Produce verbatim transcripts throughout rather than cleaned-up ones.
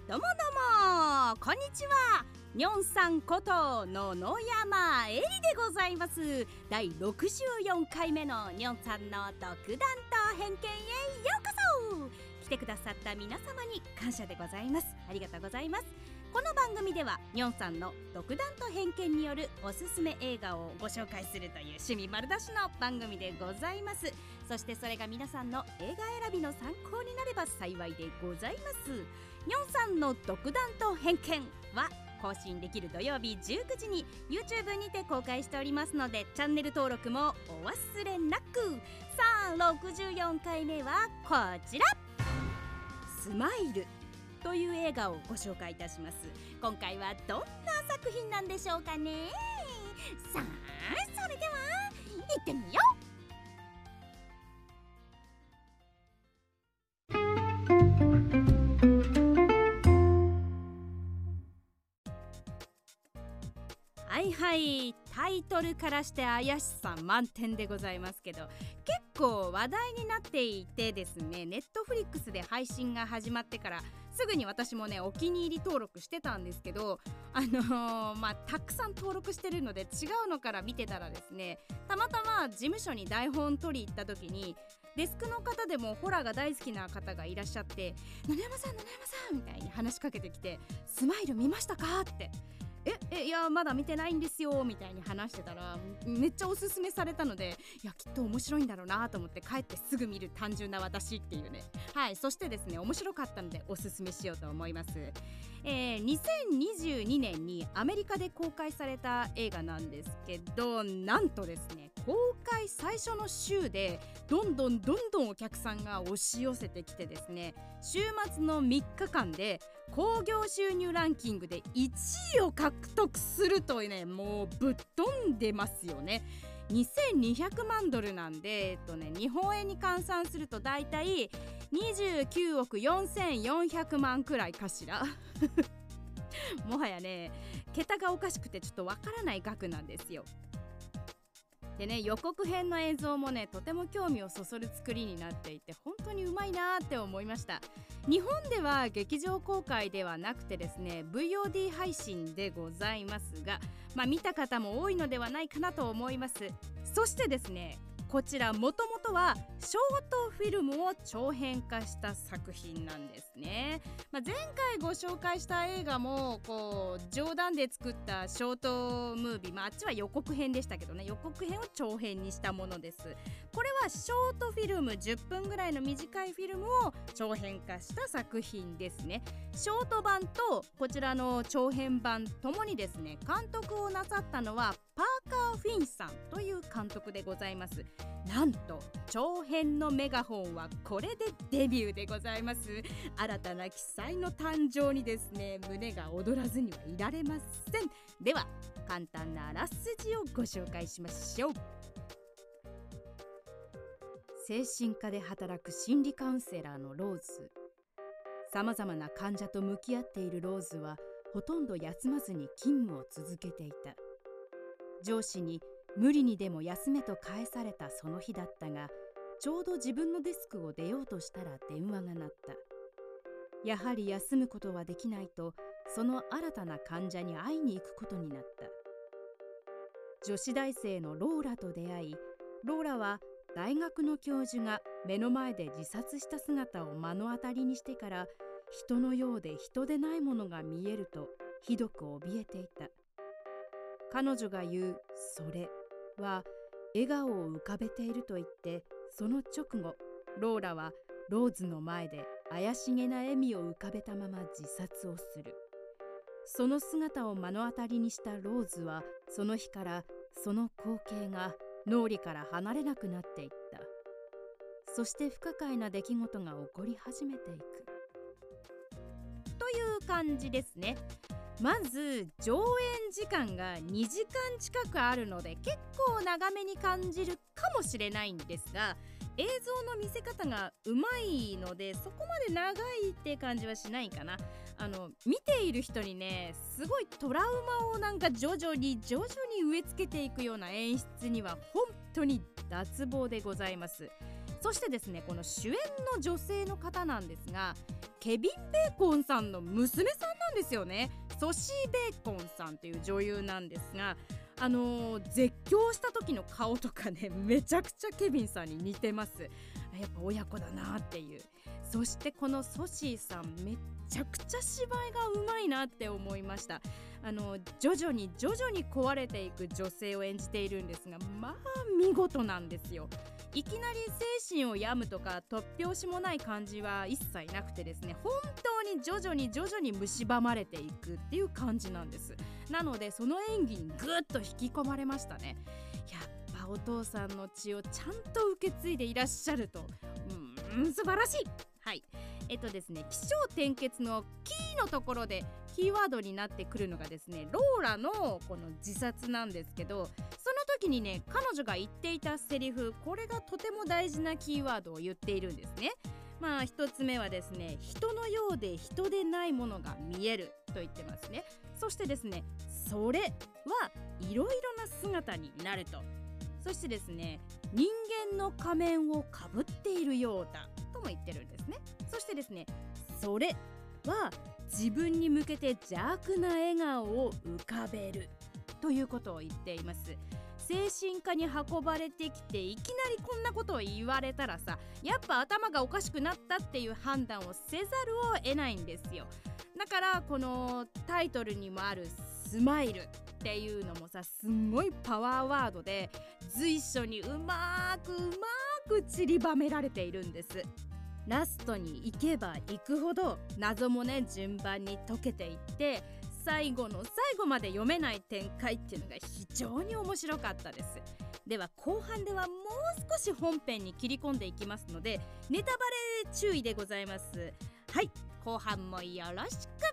どうもどうもこんにちは。にょんさんこと野々山えりでございます。だいろくじゅうよんかいめのにょんさんの独断と偏見へようこそ。来てくださった皆様に感謝でございます。ありがとうございます。この番組ではにょんさんの独断と偏見によるおすすめ映画をご紹介するという趣味丸出しの番組でございます。そしてそれが皆さんの映画選びの参考になれば幸いでございます。にょんさんの独断と偏見は更新できる土曜日じゅうくじに YouTube にて公開しておりますので、チャンネル登録もお忘れなく。さあろくじゅうよんかいめはこちら、スマイルという映画をご紹介いたします。今回はどんな作品なんでしょうかね。さあそれでは行ってみよう。はいはい、タイトルからして怪しさ満点でございますけど、結構話題になっていてですね、ネットフリックスで配信が始まってからすぐに私もねお気に入り登録してたんですけど、あのー、まあたくさん登録してるので違うのから見てたらですね、たまたま事務所に台本取り行った時にデスクの方でもホラーが大好きな方がいらっしゃって、野々山さん野々山さんみたいに話しかけてきて、スマイル見ましたかってええいやまだ見てないんですよみたいに話してたら、めっちゃおすすめされたので、いやきっと面白いんだろうなと思って帰ってすぐ見る単純な私っていうね。はい、そしてですね面白かったのでおすすめしようと思います。えー、にせんにじゅうにねんにアメリカで公開された映画なんですけど、なんとですね公開最初の週でどんどんどんどんお客さんが押し寄せてきてですね、週末のみっかかんで興行収入ランキングでいちいを獲得するというね、もうぶっ飛んでますよね。にせんにひゃくまんドルなんで、えっとね、日本円に換算するとだいたいにじゅうきゅうおくよんせんよんひゃくまんくらいかしらもはやね桁がおかしくてちょっとわからない額なんですよ。でね、予告編の映像もねとても興味をそそる作りになっていて、本当にうまいなーって思いました。日本では劇場公開ではなくてですね ブイオーディー 配信でございますが、まあ見た方も多いのではないかなと思います。そしてですねこちらもともとはショートフィルムを長編化した作品なんですね。まあ、前回ご紹介した映画もこう冗談で作ったショートムービー、まあ、あっちは予告編でしたけどね、予告編を長編にしたものです。これはショートフィルムじゅっぷんぐらいの短いフィルムを長編化した作品ですね。ショート版とこちらの長編版ともにですね監督をなさったのはパーカー・フィンさんという監督でございます。なんと長編のメガホンはこれでデビューでございます。新たな奇才の誕生にですね胸が躍らずにはいられません。では簡単なあらすじをご紹介しましょう。精神科で働く心理カウンセラーのローズ。さまざまな患者と向き合っているローズはほとんど休まずに勤務を続けていた。上司に無理にでも休めと返されたその日だったが、ちょうど自分のデスクを出ようとしたら電話が鳴った。やはり休むことはできないと、その新たな患者に会いに行くことになった。女子大生のローラと出会い、ローラは大学の教授が目の前で自殺した姿を目の当たりにしてから、人のようで人でないものが見えるとひどく怯えていた。彼女が言うそれは笑顔を浮かべていると言って、その直後ローラはローズの前で怪しげな笑みを浮かべたまま自殺をする。その姿を目の当たりにしたローズはその日からその光景が脳裏から離れなくなっていった。そして不可解な出来事が起こり始めていくという感じですね。まず上演時間がにじかん近くあるので結構長めに感じるかもしれないんですが、映像の見せ方がうまいのでそこまで長いって感じはしないかな。あの見ている人にねすごいトラウマをなんか徐々に徐々に植え付けていくような演出には本当に脱帽でございます。 そしてですね、この主演の女性の方なんですが、ケビン・ベーコンさんの娘さんなんですよね。ソシー・ベーコンさんという女優なんですが、あのー、絶叫した時の顔とかね、めちゃくちゃケビンさんに似てます。やっぱ親子だなっていう。そしてこのソシーさん、めっちゃくちゃ芝居がうまいなって思いました。あの徐々に徐々に壊れていく女性を演じているんですが、まあ見事なんですよ。いきなり精神を病むとか突拍子もない感じは一切なくてですね、本当に徐々に徐々に蝕まれていくっていう感じなんです。なのでその演技にぐっと引き込まれましたね。やっぱお父さんの血をちゃんと受け継いでいらっしゃると、うーん素晴らしい。はい、えっとですね、起承転結のキーのところでキーワードになってくるのがですね、ローラのこの自殺なんですけど、その時にね、彼女が言っていたセリフ、これがとても大事なキーワードを言っているんですね。まあ一つ目はですね、人のようで人でないものが見えると言ってますね。そしてですね、それはいろいろな姿になると。そしてですね、人間の仮面をかぶっているようだとも言ってるんですね。そしてですね、それは自分に向けて邪悪な笑顔を浮かべるということを言っています。精神科に運ばれてきていきなりこんなことを言われたらさ、やっぱ頭がおかしくなったっていう判断をせざるを得ないんですよ。だからこのタイトルにもあるスマイルっていうのもさ、すんごいパワーワードで随所にうまーくうまーく散りばめられているんです。ラストに行けば行くほど謎もね、順番に解けていって、最後の最後まで読めない展開っていうのが非常に面白かったです。では後半ではもう少し本編に切り込んでいきますので、ネタバレ注意でございます。はい、後半もよろしく。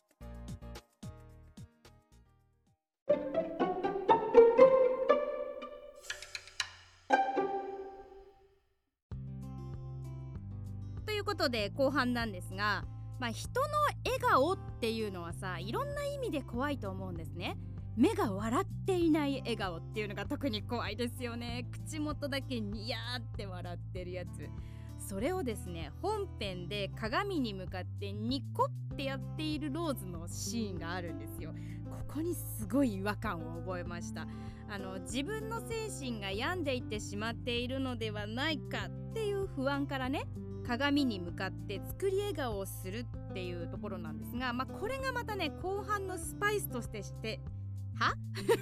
ということで後半なんですが、まあ、人の笑顔っていうのはさ、いろんな意味で怖いと思うんですね。目が笑っていない笑顔っていうのが特に怖いですよね。口元だけニヤーって笑ってるやつ。それをですね、本編で鏡に向かってニコってやっているローズのシーンがあるんですよ。ここにすごい違和感を覚えました。あの自分の精神が病んでいってしまっているのではないかっていう不安からね、鏡に向かって作り笑顔をするっていうところなんですが、まあ、これがまたね、後半のスパイスとしてしては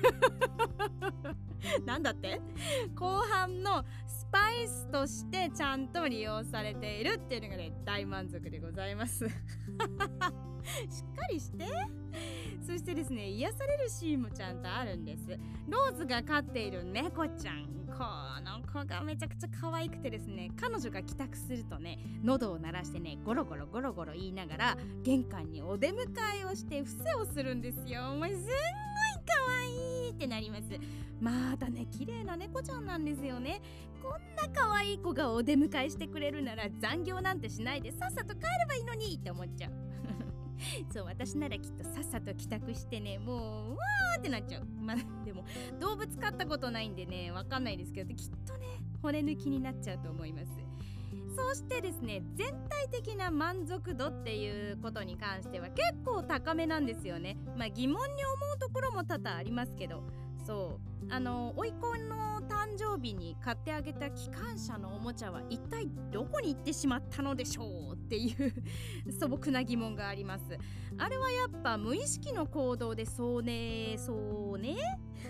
なんだって後半のスパイスとしてちゃんと利用されているっていうのがね、大満足でございますしっかりして。そしてですね、癒されるシーンもちゃんとあるんです。ローズが飼っている猫ちゃん、この子がめちゃくちゃ可愛くてですね、彼女が帰宅するとね、喉を鳴らしてね、ゴロゴロゴロゴロ言いながら玄関にお出迎えをして伏せをするんですよ。もうすんごい可愛いってなります。またね、綺麗な猫ちゃんなんですよね。こんな可愛い子がお出迎えしてくれるなら残業なんてしないでさっさと帰ればいいのにって思っちゃうそう、私ならきっとさっさと帰宅してね、もうわーってなっちゃう。まあでも動物飼ったことないんでね、わかんないですけど、きっとね、骨抜きになっちゃうと思います。そしてですね、全体的な満足度っていうことに関しては結構高めなんですよね。まあ疑問に思うところも多々ありますけど、そうあの甥っ子の誕生日に買ってあげた機関車のおもちゃは一体どこに行ってしまったのでしょうっていう素朴な疑問があります。あれはやっぱ無意識の行動でそうねそうね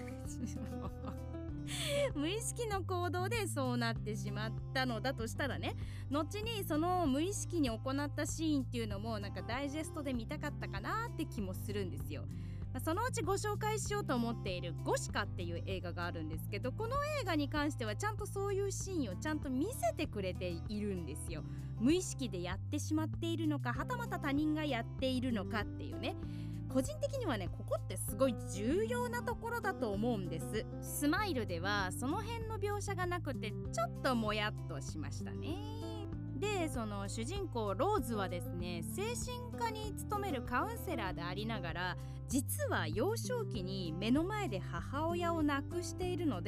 無意識の行動でそうなってしまったのだとしたらね、後にその無意識に行ったシーンっていうのもなんかダイジェストで見たかったかなって気もするんですよ。そのうちご紹介しようと思っているゴシカっていう映画があるんですけど、この映画に関してはちゃんとそういうシーンをちゃんと見せてくれているんですよ。無意識でやってしまっているのか、はたまた他人がやっているのかっていうね。個人的にはね、ここってすごい重要なところだと思うんです。スマイルではその辺の描写がなくてちょっともやっとしましたね。で、その主人公ローズはですね、精神科に勤めるカウンセラーでありながら、実は幼少期に目の前で母親を亡くしているので、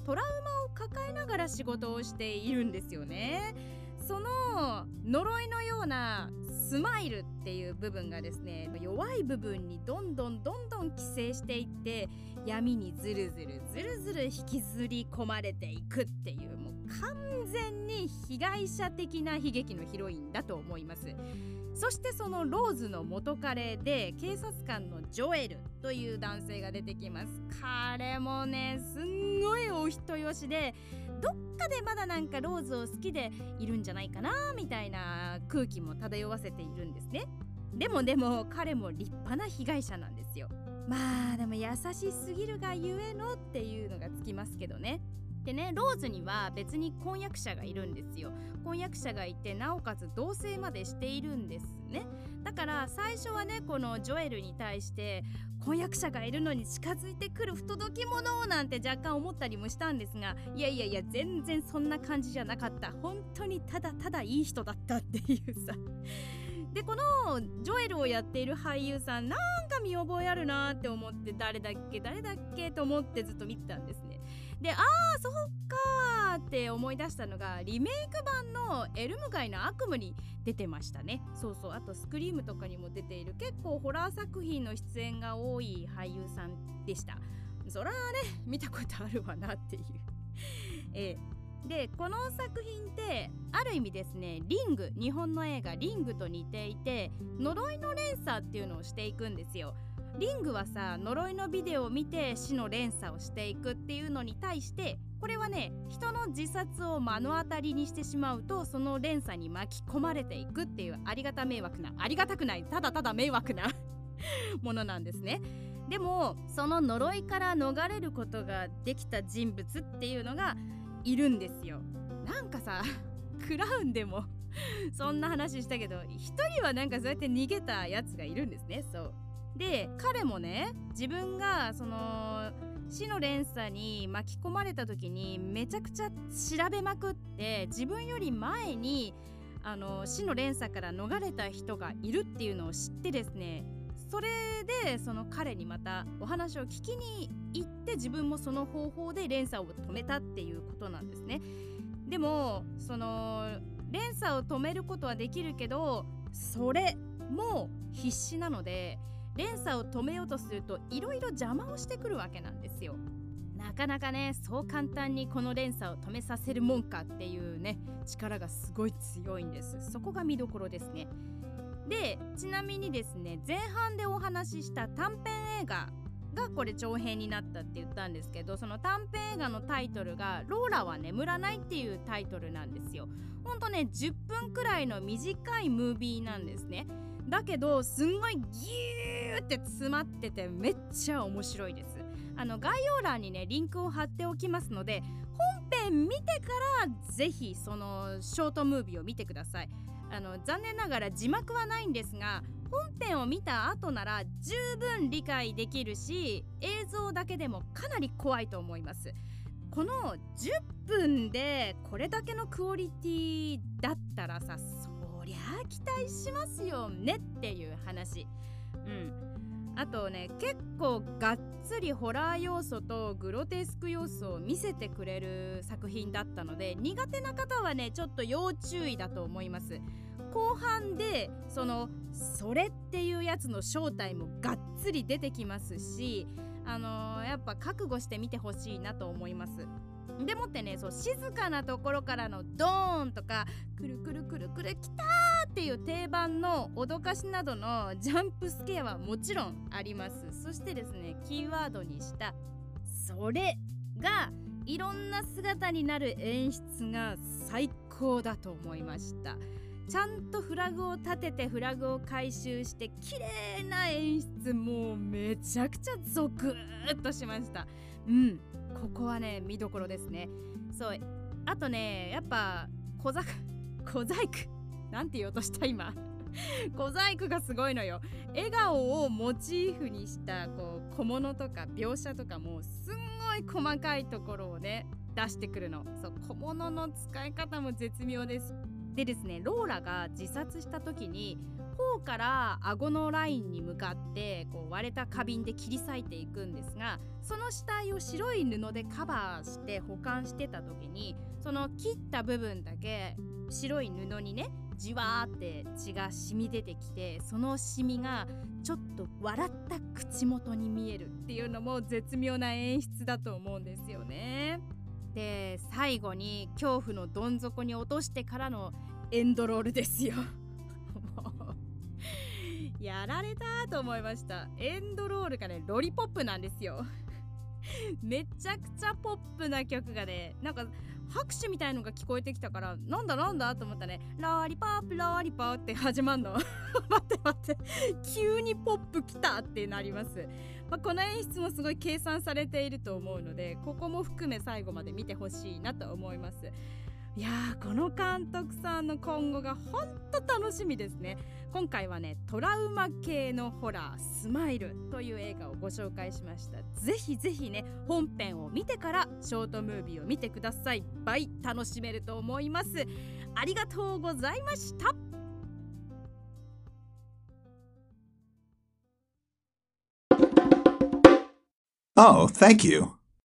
トラウマを抱えながら仕事をしているんですよね。その呪いのようなスマイルっていう部分がですね、弱い部分にどんどんどんどん寄生していって、闇にずるずるずるずる引きずり込まれていくっていう、もう完全に被害者的な悲劇のヒロインだと思います。そしてそのローズの元彼で警察官のジョエルという男性が出てきます。彼もねすんごいお人よしで、どっかでまだなんかローズを好きでいるんじゃないかなみたいな空気も漂わせているんですね。でもでも彼も立派な被害者なんですよ。まあでも優しすぎるがゆえのっていうのがつきますけどね。でね、ローズには別に婚約者がいるんですよ。婚約者がいて、なおかつ同棲までしているんですね。だから最初はね、このジョエルに対して婚約者がいるのに近づいてくる不届き者なんて若干思ったりもしたんですが、いやいやいや全然そんな感じじゃなかった。本当にただただいい人だったっていうさ。でこのジョエルをやっている俳優さん、なんか見覚えあるなって思って、誰だっけ誰だっけと思ってずっと見てたんですね。で、あーそっかーって思い出したのが、リメイク版のエルム街の悪夢に出てましたね。そうそう、あとスクリームとかにも出ている、結構ホラー作品の出演が多い俳優さんでした。そらね見たことあるわなっていうえー、でこの作品ってある意味ですね、リング、日本の映画リングと似ていて、呪いの連鎖っていうのをしていくんですよ。リングはさ、呪いのビデオを見て死の連鎖をしていくっていうのに対して、これはね、人の自殺を目の当たりにしてしまうと、その連鎖に巻き込まれていくっていう、ありがた迷惑な、ありがたくない、ただただ迷惑なものなんですね。でもその呪いから逃れることができた人物っていうのがいるんですよ。なんかさクラウンでもそんな話したけど、一人はなんかそうやって逃げたやつがいるんですね。そうで、彼もね、自分がその死の連鎖に巻き込まれた時にめちゃくちゃ調べまくって、自分より前にあの死の連鎖から逃れた人がいるっていうのを知ってですね、それでその彼にまたお話を聞きに行って、自分もその方法で連鎖を止めたっていうことなんですね。でもその連鎖を止めることはできるけど、それも必死なので、連鎖を止めようとするといろいろ邪魔をしてくるわけなんですよ。なかなかね、そう簡単にこの連鎖を止めさせるもんかっていうね、力がすごい強いんです。そこが見どころですね。で、ちなみにですね、前半でお話しした短編映画がこれ長編になったって言ったんですけど、その短編映画のタイトルがローラは眠らないっていうタイトルなんですよ。ほんとね、じゅっぷんくらいの短いムービーなんですね。だけどすんごいギューって詰まっててめっちゃ面白いです。あの概要欄にねリンクを貼っておきますので、本編見てからぜひそのショートムービーを見てください。あの残念ながら字幕はないんですが、本編を見た後なら十分理解できるし、映像だけでもかなり怖いと思います。このじゅっぷんでこれだけのクオリティだったらさ、そりゃあ期待しますよねっていう話。うん。あとね、結構がっつりホラー要素とグロテスク要素を見せてくれる作品だったので、苦手な方はねちょっと要注意だと思います。後半でそのそれっていうやつの正体もがっつり出てきますし、あのー、やっぱ覚悟して見てほしいなと思います。でもってね、そう静かなところからのドーンとかくるくるくるくるきたーっていう定番の脅かしなどのジャンプスケアはもちろんあります。そしてですね、キーワードにしたそれがいろんな姿になる演出が最高だと思いました。ちゃんとフラグを立ててフラグを回収して綺麗な演出、もうめちゃくちゃゾクッとしました。うん、ここはね見どころですね。そう、あとね、やっぱ小細工小細工なんて言おうとした今小細工がすごいのよ。笑顔をモチーフにしたこう小物とか描写とかもすんごい細かいところをね出してくるの。そう、小物の使い方も絶妙です。 でですね、ローラが自殺した時に頬から顎のラインに向かってこう割れた花瓶で切り裂いていくんですが、その死体を白い布でカバーして保管してた時に、その切った部分だけ白い布にねじわーって血が染み出てきて、その染みがちょっと笑った口元に見えるっていうのも絶妙な演出だと思うんですよね。で最後に恐怖のどん底に落としてからのエンドロールですよ。もうやられたと思いました。エンドロールがねロリポップなんですよ。めちゃくちゃポップな曲がね、なんか拍手みたいのが聞こえてきたから、なんだなんだと思ったね。ロリポップロリポップって始まんの。待って待って、急にポップきたってなります。まあ、この演出もすごい計算されていると思うので、ここも含め最後まで見てほしいなと思います。いやー、この監督さんの今後がほんと楽しみですね。今回はね、トラウマ系のホラースマイルという映画をご紹介しました。ぜひぜひね、本編を見てからショートムービーを見てください。倍楽しめると思います。ありがとうございました。 Oh, thank you.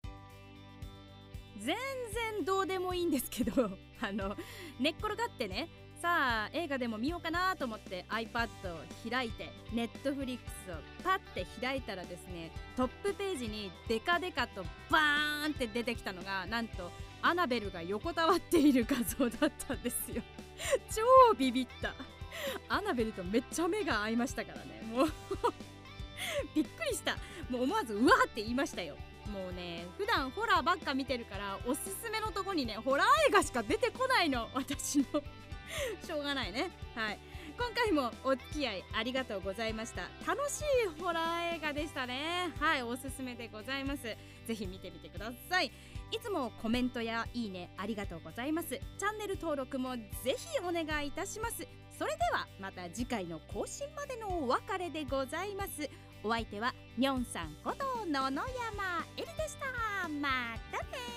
全然どうでもいいんですけど、あの寝っ転がってね、さあ映画でも見ようかなと思って iPad を開いて Netflix をパッて開いたらですね、トップページにデカデカとバーンって出てきたのが、なんとアナベルが横たわっている画像だったんですよ。超ビビった。アナベルとめっちゃ目が合いましたからね、もうびっくりした。もう思わずうわーって言いましたよ。もうね、普段ホラーばっか見てるから、おすすめのとこにねホラー映画しか出てこないの、私のしょうがないね。はい、今回もお付き合いありがとうございました。楽しいホラー映画でしたね。はい、おすすめでございます。ぜひ見てみてください。いつもコメントやいいねありがとうございます。チャンネル登録もぜひお願いいたします。それではまた次回の更新までのお別れでございます。お相手はにょんさんこと野々山えりでした。またね。